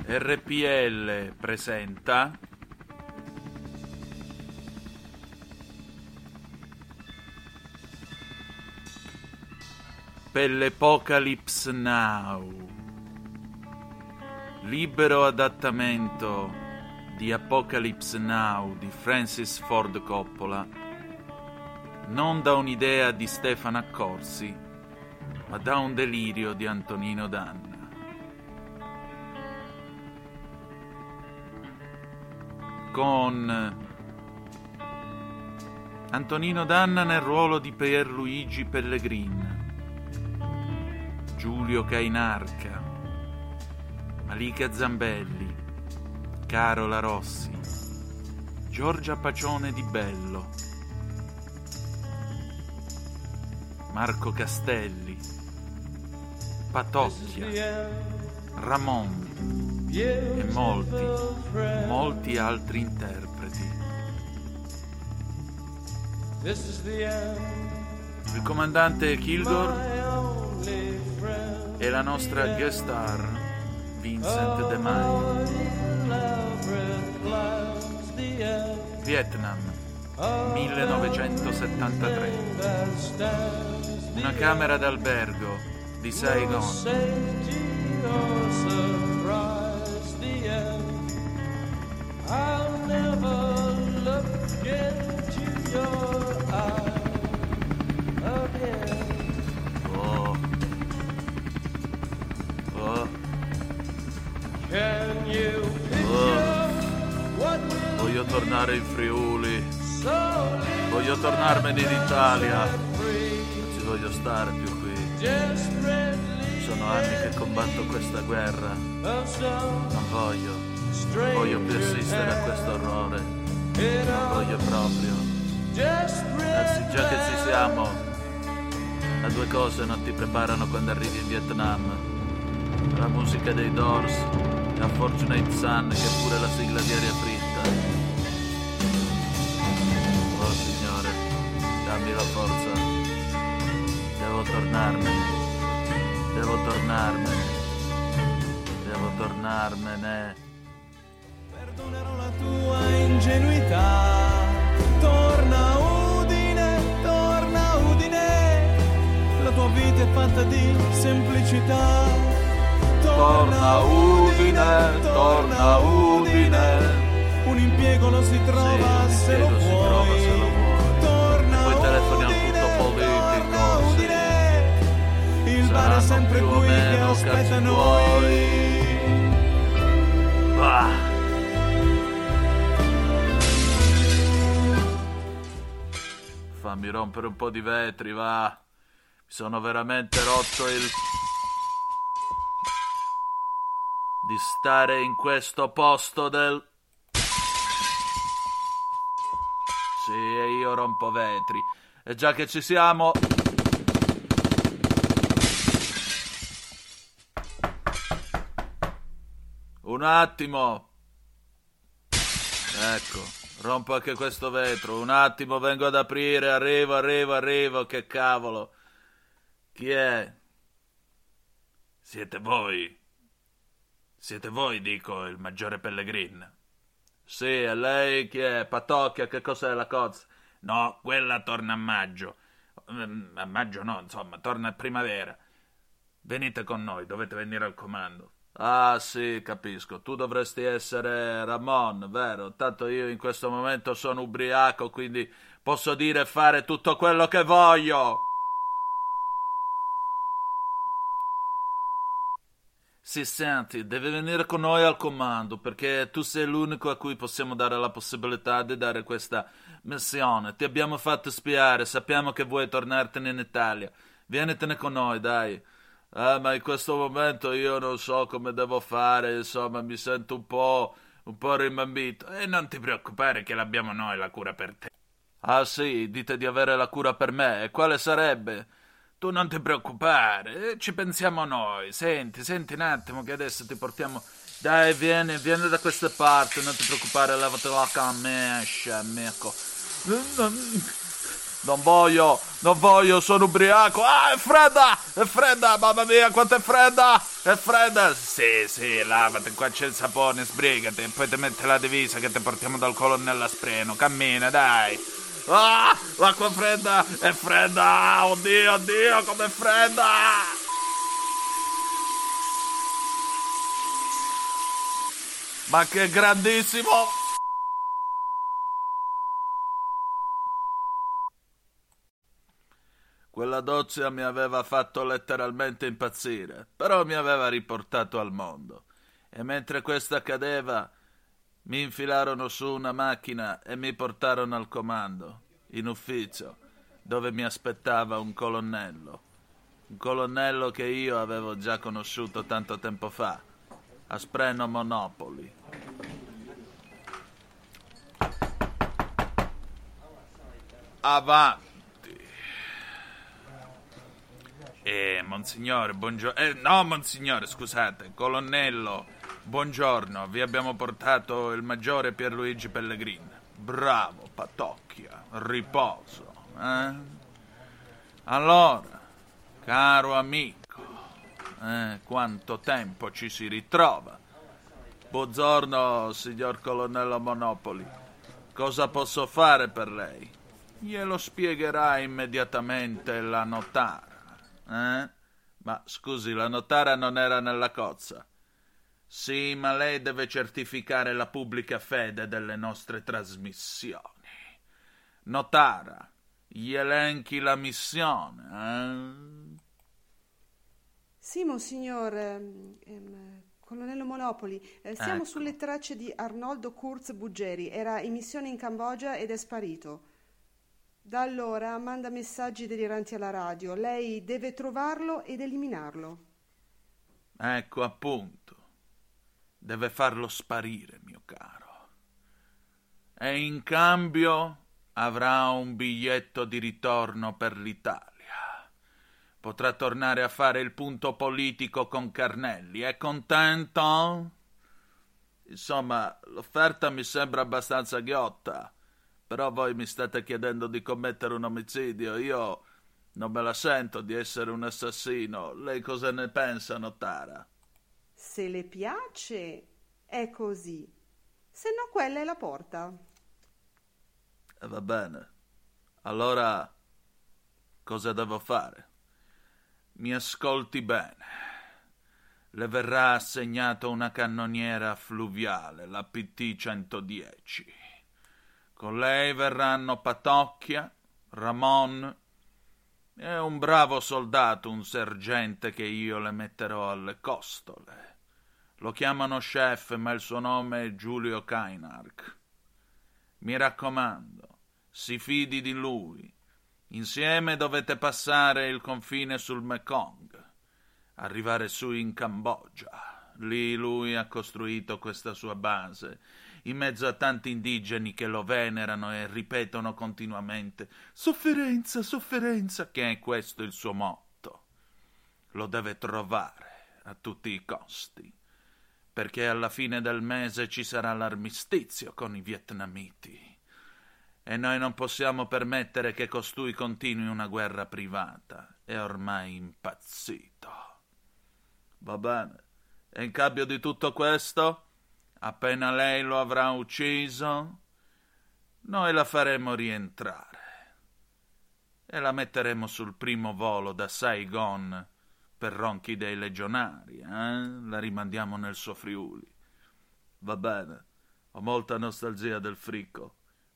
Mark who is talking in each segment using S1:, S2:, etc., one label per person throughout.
S1: RPL presenta Pellepocalypse Now, libero adattamento di Apocalypse Now di Francis Ford Coppola, non da un'idea di Stefano Accorsi, ma da un delirio di Antonino Danna. Con Antonino Danna nel ruolo di Pierluigi Pellegrin, Giulio Cainarca, Malika Zambelli, Carola Rossi, Giorgia Pacione Di Bello, Marco Castelli, Patocchia, Ramon e molti altri interpreti. Il comandante Kilgore e la nostra guest star Vincent De Maio. Vietnam 1973. Una camera d'albergo di Saigon.
S2: I'll never look into your eyes again. Can you picture what will
S1: Voglio tornare in Friuli. Voglio tornarmene in Italia. Non ci voglio stare più qui. Sono anni che combatto questa guerra. Non voglio più assistere a questo orrore. Non voglio proprio. Anzi, già che ci siamo, a due cose non ti preparano quando arrivi in Vietnam: la musica dei Doors e Unfortunate Son, che è pure la sigla di Aria Fritta. Oh Signore, dammi la forza. Devo tornarmene.
S2: Perdonerò la tua ingenuità. Torna Udine, la tua vita è fatta di semplicità.
S1: Torna Udine.
S2: Un impiego lo si trova se lo vuoi. Torna
S1: poi telefoni al tutto politico.
S2: Udine. Il bar è sempre qui che aspetta noi.
S1: Fammi rompere un po' di vetri, va. Mi sono veramente rotto di stare in questo posto del... Sì, e io rompo vetri. E già che ci siamo... Un attimo. Ecco, rompo anche questo vetro. Un attimo, vengo ad aprire. Arrivo. Che cavolo. Chi è? Siete voi, dico, il maggiore Pellegrin. Sì, e lei chi è? Patocchia, che cos'è la cozza? No, quella torna a maggio. A maggio no, insomma, torna a primavera. Venite con noi, dovete venire al comando. Ah sì, capisco, tu dovresti essere Ramon, vero? Tanto io in questo momento sono ubriaco, quindi posso dire e fare tutto quello che voglio. Sì, senti, devi venire con noi al comando, perché tu sei l'unico a cui possiamo dare la possibilità di dare questa missione. Ti abbiamo fatto spiare, sappiamo che vuoi tornartene in Italia. Vienitene con noi, dai. Ma in questo momento io non so come devo fare, insomma, mi sento un po' rimbambito. E non ti preoccupare che l'abbiamo noi la cura per te. Ah sì, dite di avere la cura per me, e quale sarebbe? Tu non ti preoccupare, ci pensiamo noi. Senti un attimo che adesso ti portiamo... Dai, vieni da queste parti, non ti preoccupare, levati la camicia, amico. Non voglio, sono ubriaco. Ah, è fredda, mamma mia, quanto è fredda. È fredda? Sì, lavati, qua c'è il sapone, sbrigati, e poi ti metti la divisa che ti portiamo dal colonnello Aspreno. Cammina, dai. Ah, l'acqua fredda, è fredda, oddio, com'è fredda! Ma che grandissimo! Quella doccia mi aveva fatto letteralmente impazzire, però mi aveva riportato al mondo. E mentre questo accadeva, mi infilarono su una macchina e mi portarono al comando, in ufficio, dove mi aspettava un colonnello. Un colonnello che io avevo già conosciuto tanto tempo fa, a Spreno Monopoli. Avanti. Monsignore, buongiorno. No, monsignore, scusate, colonnello, buongiorno. Vi abbiamo portato il maggiore Pierluigi Pellegrin. Bravo, Patocchia, riposo. Allora, caro amico, quanto tempo ci si ritrova. Buongiorno, signor colonnello Monopoli. Cosa posso fare per lei? Glielo spiegherà immediatamente la notara. Ma scusi, la notara non era nella cozza. Sì, ma lei deve certificare la pubblica fede delle nostre trasmissioni. Notara, gli elenchi la missione,
S3: Sì, monsignor colonnello Monopoli, siamo
S1: Ecco.
S3: sulle tracce di Arnoldo Kurz Buggeri. Era in missione in Cambogia ed è sparito. Da allora manda messaggi deliranti alla radio. Lei deve trovarlo ed eliminarlo.
S1: Ecco appunto. Deve farlo sparire, mio caro. E in cambio avrà un biglietto di ritorno per l'Italia. Potrà tornare a fare il punto politico con Carnelli. È contento? Insomma, l'offerta mi sembra abbastanza ghiotta. Però voi mi state chiedendo di commettere un omicidio. Io non me la sento di essere un assassino. Lei cosa ne pensa, notara?
S3: Se le piace, è così. Se no, quella è la porta.
S1: Va bene. Allora, cosa devo fare? Mi ascolti bene. Le verrà assegnata una cannoniera fluviale, la PT 110. Con lei verranno Patocchia, Ramon e un bravo soldato, un sergente che io le metterò alle costole. Lo chiamano chef, ma il suo nome è Giulio Kainark. Mi raccomando, si fidi di lui. Insieme dovete passare il confine sul Mekong, arrivare su in Cambogia. Lì lui ha costruito questa sua base, in mezzo a tanti indigeni che lo venerano e ripetono continuamente «Sofferenza, sofferenza», che è questo il suo motto. Lo deve trovare a tutti i costi, perché alla fine del mese ci sarà l'armistizio con i vietnamiti e noi non possiamo permettere che costui continui una guerra privata. È ormai impazzito. Va bene. E in cambio di tutto questo, appena lei lo avrà ucciso, noi la faremo rientrare e la metteremo sul primo volo da Saigon per ronchi dei legionari, La rimandiamo nel suo Friuli. Va bene, ho molta nostalgia del fricco.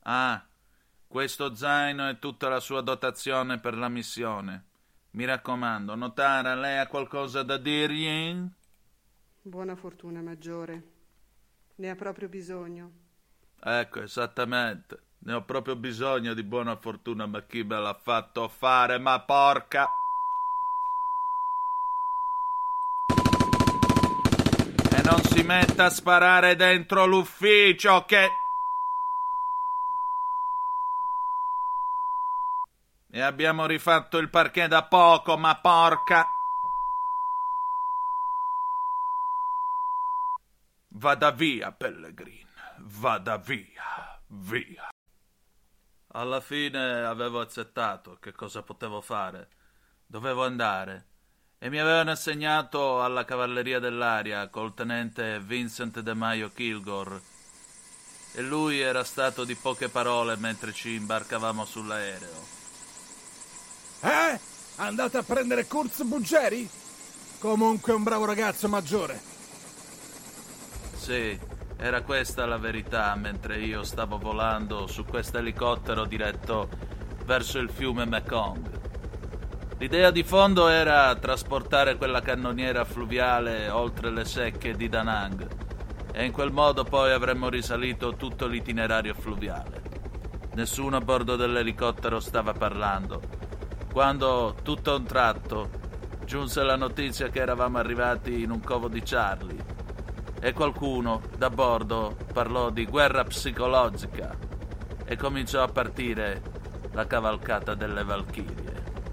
S1: Questo zaino e tutta la sua dotazione per la missione. Mi raccomando, notara, lei ha qualcosa da dirgli?
S3: Buona fortuna, maggiore. Ne ha proprio bisogno.
S1: Ecco, esattamente. Ne ho proprio bisogno di buona fortuna, ma chi me l'ha fatto fare, ma porca... E non si metta a sparare dentro l'ufficio, che... E abbiamo rifatto il parquet da poco, ma porca... Vada via, Pellegrin, vada via, via. Alla fine avevo accettato. Che cosa potevo fare? Dovevo andare. e mi avevano assegnato alla cavalleria dell'aria col tenente Vincent De Maio Kilgore, e lui era stato di poche parole mentre ci imbarcavamo sull'aereo.
S4: Andate a prendere Kurz Buggeri? Comunque un bravo ragazzo, Maggiore.
S1: Sì, era questa la verità mentre io stavo volando su questo elicottero diretto verso il fiume Mekong. L'idea di fondo era trasportare quella cannoniera fluviale oltre le secche di Da Nang, e in quel modo poi avremmo risalito tutto l'itinerario fluviale. Nessuno a bordo dell'elicottero stava parlando, quando tutto a un tratto giunse la notizia che eravamo arrivati in un covo di Charlie, e qualcuno da bordo parlò di guerra psicologica e cominciò a partire la cavalcata delle Valchirie.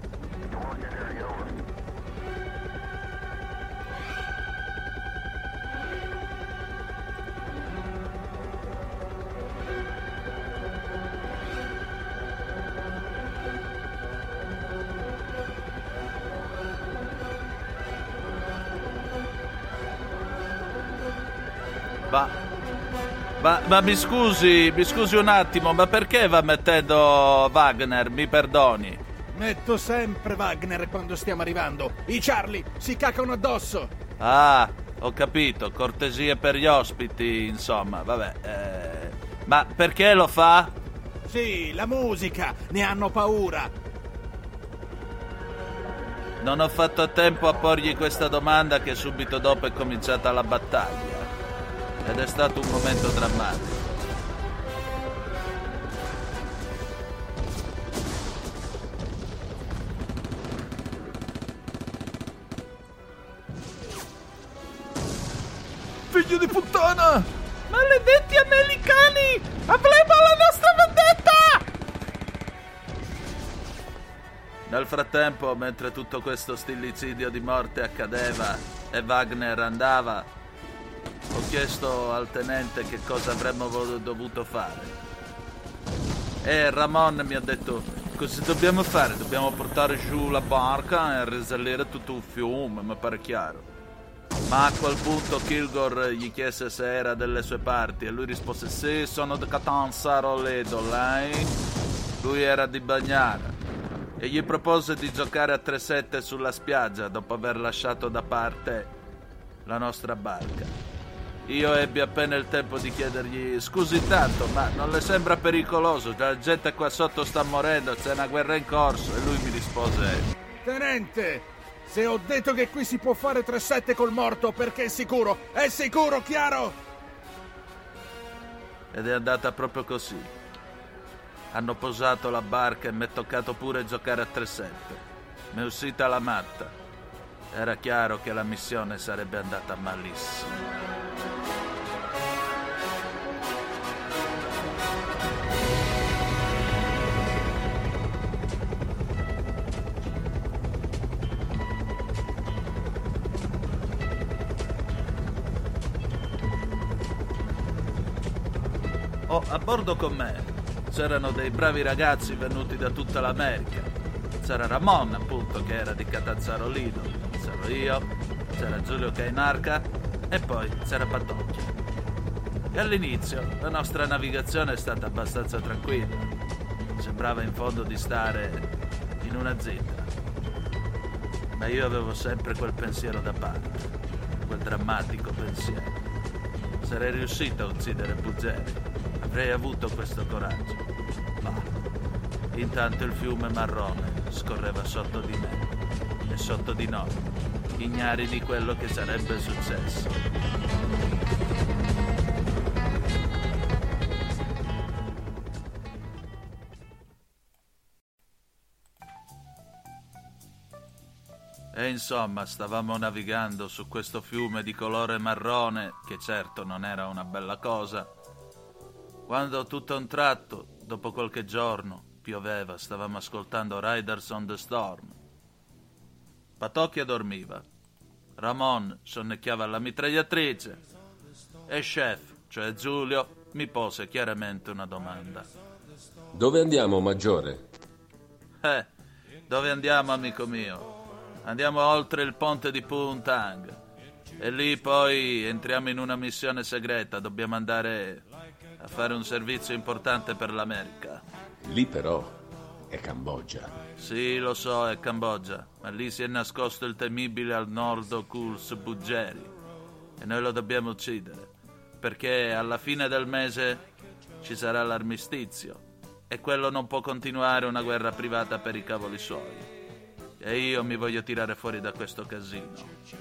S1: Ma mi scusi un attimo, ma perché va mettendo Wagner, mi perdoni?
S4: Metto sempre Wagner quando stiamo arrivando. I Charlie si cacano addosso.
S1: Ah, ho capito, cortesie per gli ospiti, insomma, vabbè. Ma perché lo fa?
S4: Sì, la musica, ne hanno paura.
S1: Non ho fatto a tempo a porgli questa domanda che subito dopo è cominciata la battaglia. Ed è stato un momento drammatico.
S2: Figlio di puttana!
S1: Maledetti americani! Avremo la nostra vendetta! Nel frattempo, mentre tutto questo stillicidio di morte accadeva e Wagner andava, ho chiesto al tenente che cosa avremmo dovuto fare. E Ramon mi ha detto: cosa dobbiamo fare? Dobbiamo portare giù la barca e risalire tutto il fiume, mi pare chiaro. Ma a quel punto Kilgore gli chiese se era delle sue parti e lui rispose: sì, sono di Catanzaro-Ledo, lei? Lui era di Bagnara e gli propose di giocare a 3-7 sulla spiaggia dopo aver lasciato da parte la nostra barca. Io ebbi appena il tempo di chiedergli: scusi tanto, ma non le sembra pericoloso? La gente qua sotto sta morendo, c'è una guerra in corso. E lui mi rispose:
S4: tenente, se ho detto che qui si può fare 3-7 col morto, perché è sicuro, chiaro?
S1: Ed è andata proprio così. Hanno posato la barca e mi è toccato pure giocare a 3-7. Mi è uscita la matta. Era chiaro che la missione sarebbe andata malissimo. A bordo con me c'erano dei bravi ragazzi venuti da tutta l'America. C'era Ramon, appunto, che era di Catanzaro Lido, c'ero io, c'era Giulio Cainarca e poi c'era Patocchio. E all'inizio la nostra navigazione è stata abbastanza tranquilla. Sembrava in fondo di stare in una zitta. Ma io avevo sempre quel pensiero da parte, quel drammatico pensiero. Sarei riuscito a uccidere Buggeri. Avrei avuto questo coraggio. Ma intanto il fiume marrone scorreva sotto di me e sotto di noi, ignari di quello che sarebbe successo. E insomma, stavamo navigando su questo fiume di colore marrone, che certo non era una bella cosa, quando tutto a un tratto, dopo qualche giorno, pioveva, stavamo ascoltando Riders on the Storm. Patocchia dormiva, Ramon sonnecchiava alla mitragliatrice e Chef, cioè Giulio, mi pose chiaramente una domanda.
S5: Dove andiamo, Maggiore?
S1: Dove andiamo, amico mio? Andiamo oltre il ponte di Poontang e lì poi entriamo in una missione segreta. Dobbiamo andare a fare un servizio importante per l'America.
S5: Lì però è Cambogia.
S1: Sì, lo so, è Cambogia, ma lì si è nascosto il temibile Arnoldo Kurz Buggeri e noi lo dobbiamo uccidere, perché alla fine del mese ci sarà l'armistizio e quello non può continuare una guerra privata per i cavoli suoi. E io mi voglio tirare fuori da questo casino.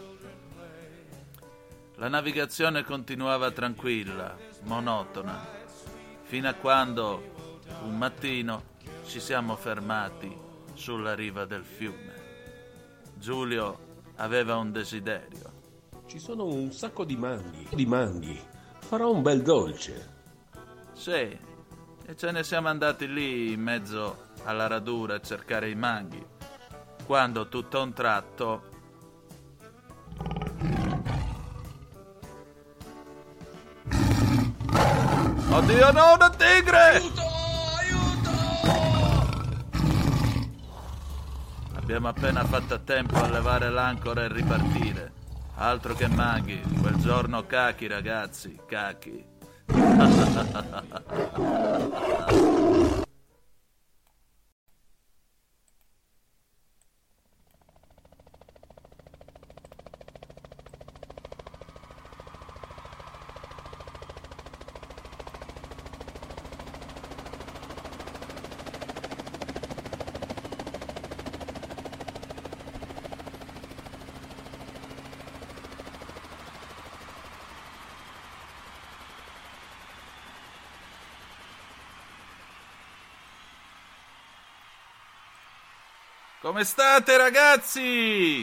S1: La navigazione continuava tranquilla, monotona, fino a quando un mattino ci siamo fermati sulla riva del fiume. Giulio aveva un desiderio.
S5: Ci sono un sacco di manghi. Farò un bel dolce.
S1: Sì, e ce ne siamo andati lì in mezzo alla radura a cercare i manghi, quando tutto a un tratto oddio, no, una tigre! Aiuto! Abbiamo appena fatto a tempo a levare l'ancora e ripartire. Altro che manghi, quel giorno cachi, ragazzi, cachi. Come state, ragazzi?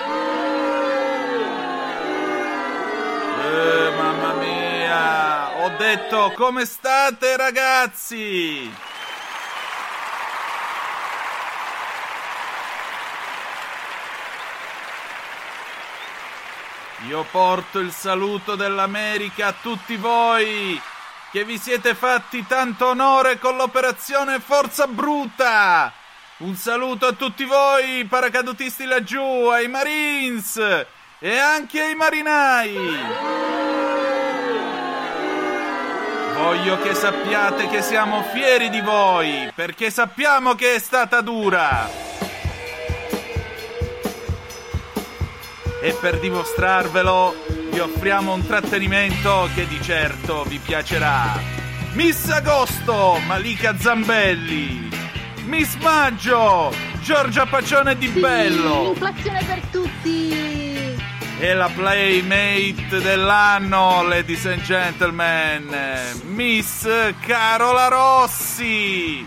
S1: Mamma mia! Ho detto, come state, ragazzi? Io porto il saluto dell'America a tutti voi che vi siete fatti tanto onore con l'operazione Forza Bruta. Un saluto a tutti voi paracadutisti laggiù, ai Marines e anche ai marinai. Voglio che sappiate che siamo fieri di voi, perché sappiamo che è stata dura. E per dimostrarvelo vi offriamo un trattenimento che di certo vi piacerà. Miss Agosto, Malika Zambelli. Miss Maggio, Giorgia Pacione di Bello.
S6: Inflazione per tutti.
S1: E la playmate dell'anno, ladies and gentlemen, Miss Carola Rossi.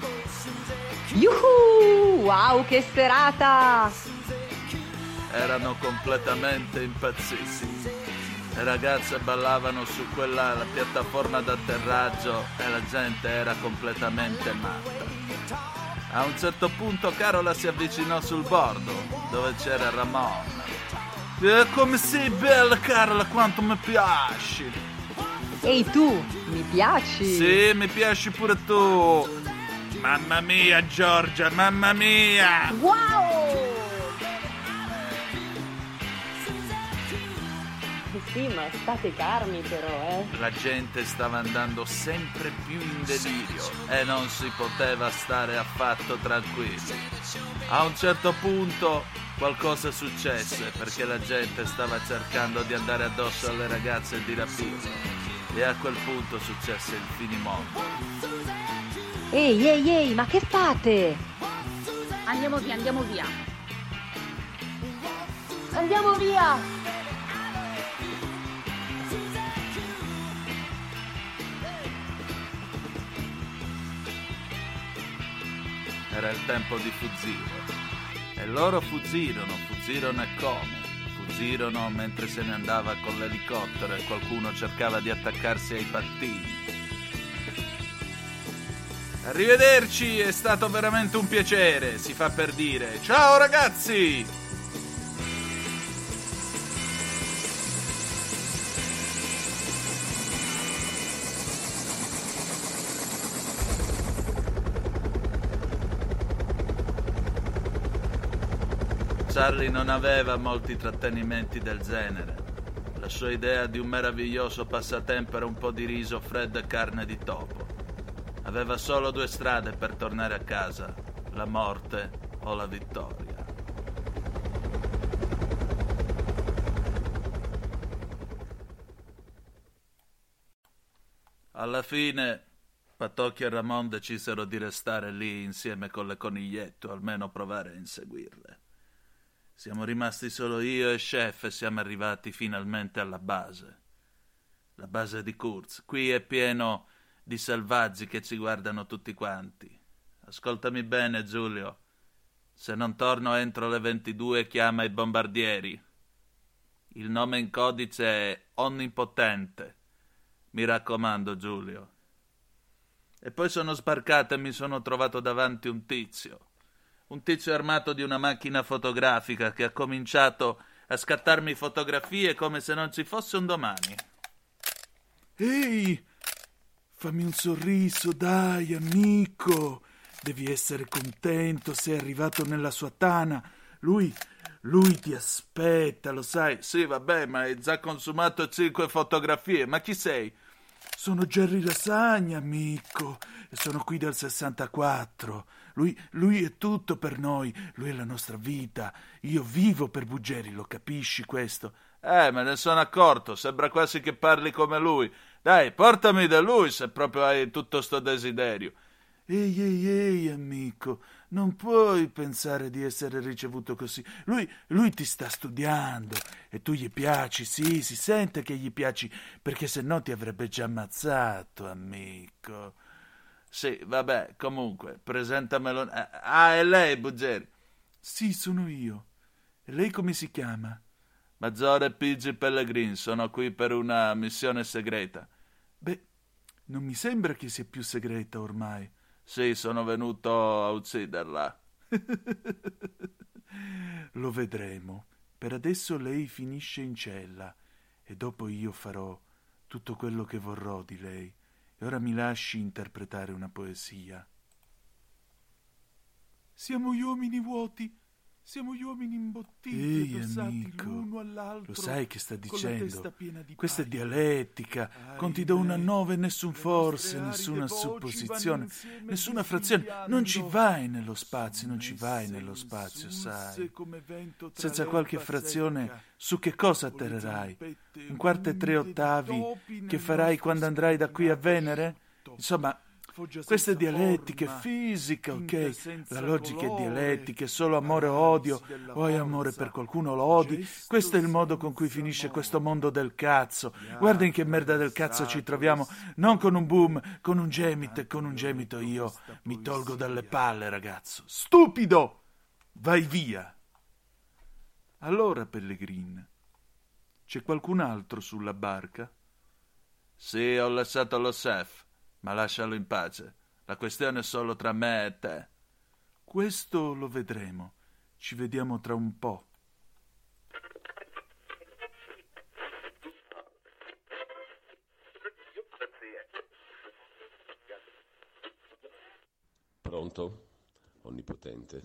S6: Yuhu! Wow, che serata!
S1: Erano completamente impazziti. Le ragazze ballavano su quella la piattaforma d'atterraggio e la gente era completamente matta. A un certo punto Carola si avvicinò sul bordo, dove c'era Ramon. Come sei bella, Carola, quanto mi piaci!
S6: Ehi tu, mi piaci?
S1: Sì, mi piaci pure tu! Mamma mia, Giorgia, mamma mia!
S6: Wow! Sì, ma state calmi però,
S1: La gente stava andando sempre più in delirio e non si poteva stare affatto tranquilli. A un certo punto qualcosa successe perché la gente stava cercando di andare addosso alle ragazze e di rapirle. E a quel punto successe il finimondo.
S6: Ehi, ma che fate?
S7: Andiamo via.
S6: Andiamo via!
S1: Era il tempo di fuggire. E loro fuggirono e come? Fuggirono mentre se ne andava con l'elicottero e qualcuno cercava di attaccarsi ai pattini. Arrivederci, è stato veramente un piacere, si fa per dire. Ciao ragazzi! Charlie non aveva molti trattenimenti del genere. La sua idea di un meraviglioso passatempo era un po' di riso freddo e carne di topo. Aveva solo 2 strade per tornare a casa: la morte o la vittoria. Alla fine Patocchi e Ramon decisero di restare lì insieme con le conigliette, o almeno provare a inseguirle. Siamo rimasti solo io e Chef e siamo arrivati finalmente alla base. La base di Kurtz. Qui è pieno di selvaggi che ci guardano tutti quanti. Ascoltami bene, Giulio. Se non torno entro le 22, chiama i bombardieri. Il nome in codice è Onnipotente. Mi raccomando, Giulio. E poi sono sbarcato e mi sono trovato davanti un tizio armato di una macchina fotografica che ha cominciato a scattarmi fotografie come se non ci fosse un domani.
S8: Ehi, fammi un sorriso, dai, amico. Devi essere contento, sei arrivato nella sua tana. Lui ti aspetta, lo sai.
S1: Sì, vabbè, ma hai già consumato 5 fotografie. Ma chi sei?
S8: Sono Jerry Lasagna, amico, e sono qui dal 64. Lui è tutto per noi, lui è la nostra vita. Io vivo per Buggeri, lo capisci questo?
S1: Me ne sono accorto, sembra quasi che parli come lui. Dai, portami da lui se proprio hai tutto sto desiderio.
S8: Ehi, amico, non puoi pensare di essere ricevuto così. Lui ti sta studiando e tu gli piaci, sì, si sente che gli piaci, perché se no ti avrebbe già ammazzato, amico.
S1: Sì, vabbè, comunque, presentamelo. È lei, Buggeri?
S8: Sì, sono io. E lei come si chiama?
S1: Maggiore P.G. Pellegrin, sono qui per una missione segreta.
S8: Beh, non mi sembra che sia più segreta ormai.
S1: Sì, sono venuto a ucciderla.
S8: Lo vedremo. Per adesso lei finisce in cella e dopo io farò tutto quello che vorrò di lei. E ora mi lasci interpretare una poesia. Siamo gli uomini vuoti, siamo gli uomini imbottiti, addossati l'uno all'altro. Lo sai che sta dicendo? Questa è dialettica. Conti da 1 a 9, nessun forse, nessuna supposizione, nessuna frazione. Non ci vai nello spazio, sai. Senza qualche frazione, su che cosa atterrerai? 1/4 e 3/8 che farai quando andrai da qui a Venere? Insomma, questa è dialettica, è fisica, ok? La logica è dialettica, è solo amore o odio, o hai amore per qualcuno o lo odi. Questo è il modo con cui finisce questo mondo del cazzo. Guarda in che merda del cazzo ci troviamo, non con un boom, con un gemito, e con un gemito io mi tolgo dalle palle, ragazzo. Stupido! Vai via! Allora, Pellegrin, c'è qualcun altro sulla barca?
S1: Sì, ho lasciato lo chef. Ma lascialo in pace. La questione è solo tra me e te.
S8: Questo lo vedremo. Ci vediamo tra un po'.
S5: Pronto? Onnipotente.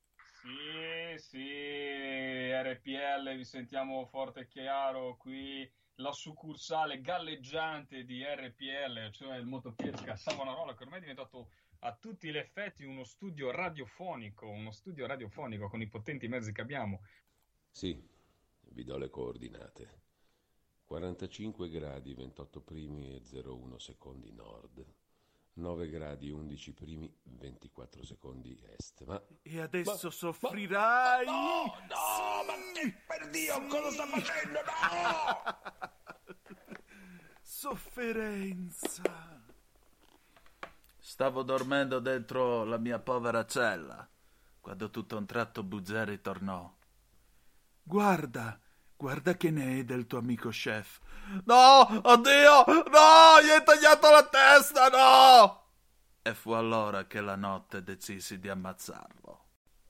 S9: Sì, RPL, vi sentiamo forte e chiaro qui. La succursale galleggiante di RPL, cioè il Motopesca Savonarola, che ormai è diventato a tutti gli effetti uno studio radiofonico con i potenti mezzi che abbiamo.
S5: Sì, vi do le coordinate. 45 gradi 28 primi e 01 secondi nord, 9 gradi 11 primi 24 secondi est.
S8: E adesso soffrirai.
S5: No, ma che per Dio, cosa sta facendo? No!
S8: Sofferenza.
S1: Stavo dormendo dentro la mia povera cella quando tutto a un tratto Buggeri tornò.
S8: Guarda che ne è del tuo amico chef.
S1: No, oddio, no, gli hai tagliato la testa, no! E fu allora che la notte decisi di ammazzarlo.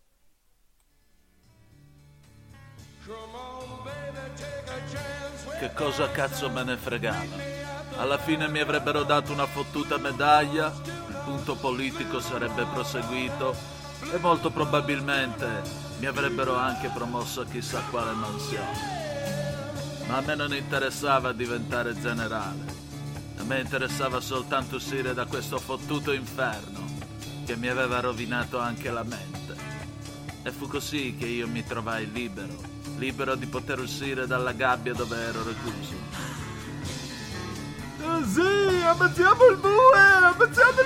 S1: Che cosa cazzo me ne fregava? Alla fine mi avrebbero dato una fottuta medaglia, il punto politico sarebbe proseguito e molto probabilmente mi avrebbero anche promosso a chissà quale mansione. Ma a me non interessava diventare generale. A me interessava soltanto uscire da questo fottuto inferno che mi aveva rovinato anche la mente. E fu così che io mi trovai libero di poter uscire dalla gabbia dove ero recluso.
S8: Sì, ammazziamo il bue!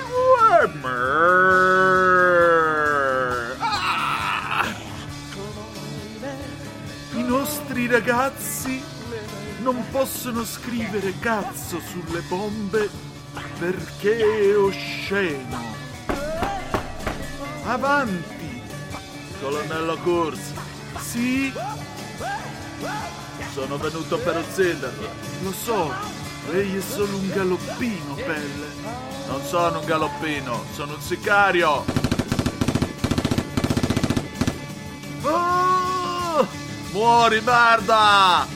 S8: I nostri ragazzi non possono scrivere cazzo sulle bombe perché è osceno. Avanti!
S1: Colonnello Kurtz,
S8: Sì,
S1: sono venuto per ucciderlo.
S8: lo so, lei è solo un galoppino, pelle.
S1: Non sono un galoppino, sono un sicario.
S8: Oh!
S1: Muori, merda!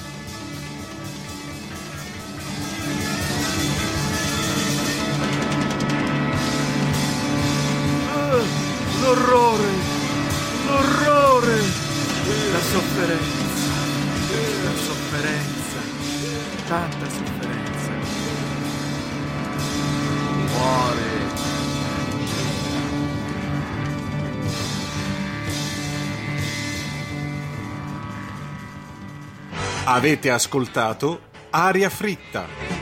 S8: L'orrore, la sofferenza, tanta sofferenza.
S1: Muori.
S10: Avete ascoltato Aria Fritta.